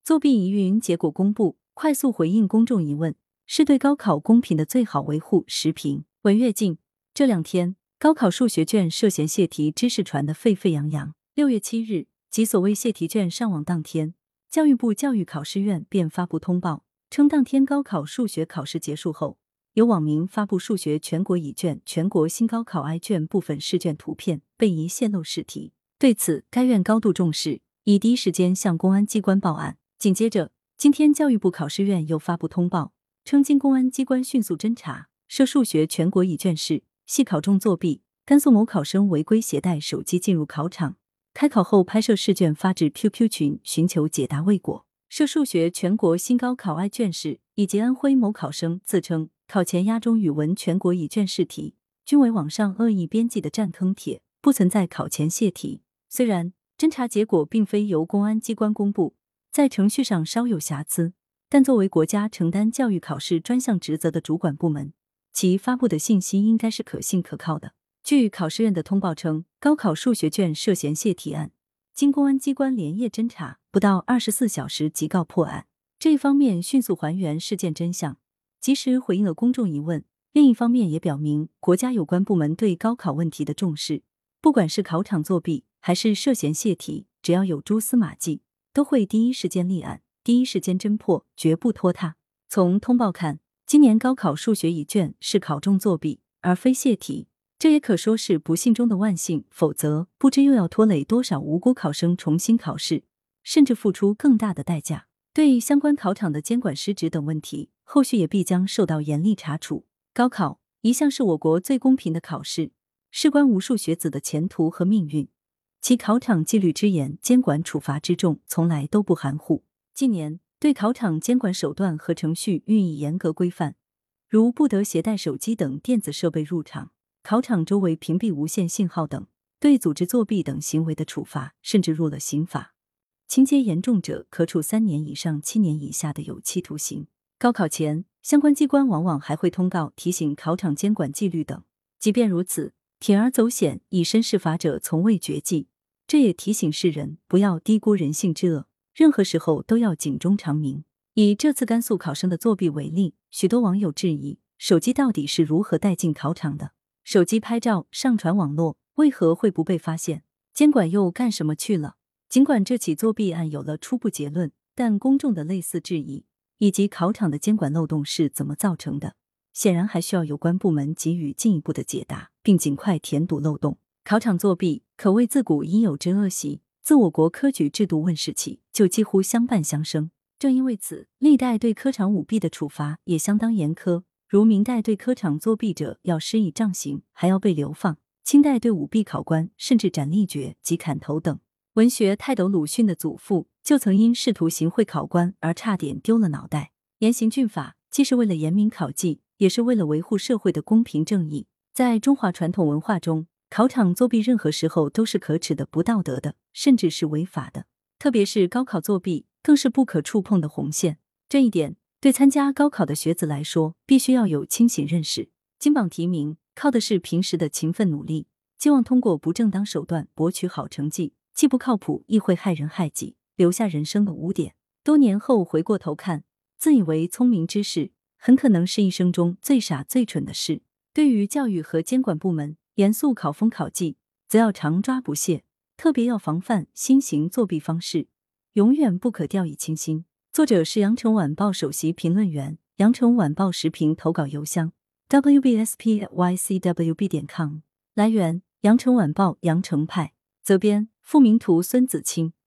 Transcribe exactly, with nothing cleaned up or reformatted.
作弊疑云结果公布，快速回应公众疑问，是对高考公平的最好维护。时评文跃进。这两天，高考数学卷涉嫌泄题知识传得沸沸扬扬。六月七日，即所谓泄题卷上网当天，教育部教育考试院便发布通报，称当天高考数学考试结束后，有网民发布数学全国乙卷、全国新高考 I 卷部分试卷图片，被疑泄露试题。对此，该院高度重视，已第一时间向公安机关报案。紧接着，今天教育部考试院又发布通报，称经公安机关迅速侦查，涉数学全国乙卷试系考中作弊，甘肃某考生违规携带手机进入考场，开考后拍摄试卷发至 Q Q 群寻求解答未果。涉数学全国新高考 I 卷试以及安徽某考生自称考前押中语文全国乙卷试题，均为网上恶意编辑的占坑帖，不存在考前泄题。虽然侦查结果并非由公安机关公布，在程序上稍有瑕疵，但作为国家承担教育考试专项职责的主管部门，其发布的信息应该是可信可靠的。据考试院的通报称，高考数学卷涉嫌泄题案，经公安机关连夜侦查，不到二十四小时即告破案。这一方面迅速还原事件真相，及时回应了公众疑问；另一方面也表明国家有关部门对高考问题的重视，不管是考场作弊还是涉嫌泄题，只要有蛛丝马迹，都会第一时间立案，第一时间侦破，绝不拖沓。从通报看，今年高考数学乙卷是考中作弊，而非泄题，这也可说是不幸中的万幸，否则不知又要拖累多少无辜考生重新考试，甚至付出更大的代价。对相关考场的监管失职等问题，后续也必将受到严厉查处。高考一向是我国最公平的考试，事关无数学子的前途和命运，其考场纪律之严，监管处罚之重，从来都不含糊。近年对考场监管手段和程序予以严格规范，如不得携带手机等电子设备入场，考场周围屏蔽无线信号等，对组织作弊等行为的处罚甚至入了刑法，情节严重者可处三年以上七年以下的有期徒刑。高考前，相关机关往往还会通告提醒考场监管纪律等，即便如此，铤而走险以身试法者从未绝迹，这也提醒世人不要低估人性之恶，任何时候都要警钟长鸣。以这次甘肃考生的作弊为例，许多网友质疑手机到底是如何带进考场的？手机拍照上传网络，为何会不被发现？监管又干什么去了？尽管这起作弊案有了初步结论，但公众的类似质疑以及考场的监管漏洞是怎么造成的，显然还需要有关部门给予进一步的解答，并尽快填堵漏洞。考场作弊可谓自古已有之恶习，自我国科举制度问世起就几乎相伴相生。正因为此，历代对科场舞弊的处罚也相当严苛，如明代对科场作弊者要施以杖刑，还要被流放；清代对舞弊考官甚至斩立决及砍头等。文学泰斗鲁迅的祖父就曾因试图行贿考官而差点丢了脑袋。严刑峻法既是为了严明考纪，也是为了维护社会的公平正义。在中华传统文化中，考场作弊任何时候都是可耻的、不道德的，甚至是违法的。特别是高考作弊，更是不可触碰的红线。这一点对参加高考的学子来说，必须要有清醒认识。金榜题名靠的是平时的勤奋努力，希望通过不正当手段博取好成绩，既不靠谱，亦会害人害己，留下人生的污点。多年后回过头看，自以为聪明之事，很可能是一生中最傻最蠢的事。对于教育和监管部门严肃考风考纪，则要常抓不懈，特别要防范新型作弊方式，永远不可掉以轻心。作者是羊城晚报首席评论员，羊城晚报时评投稿邮箱 w b s p y c w b 点 com。 来源：羊城晚报羊城派，责编：付明图，孙子清。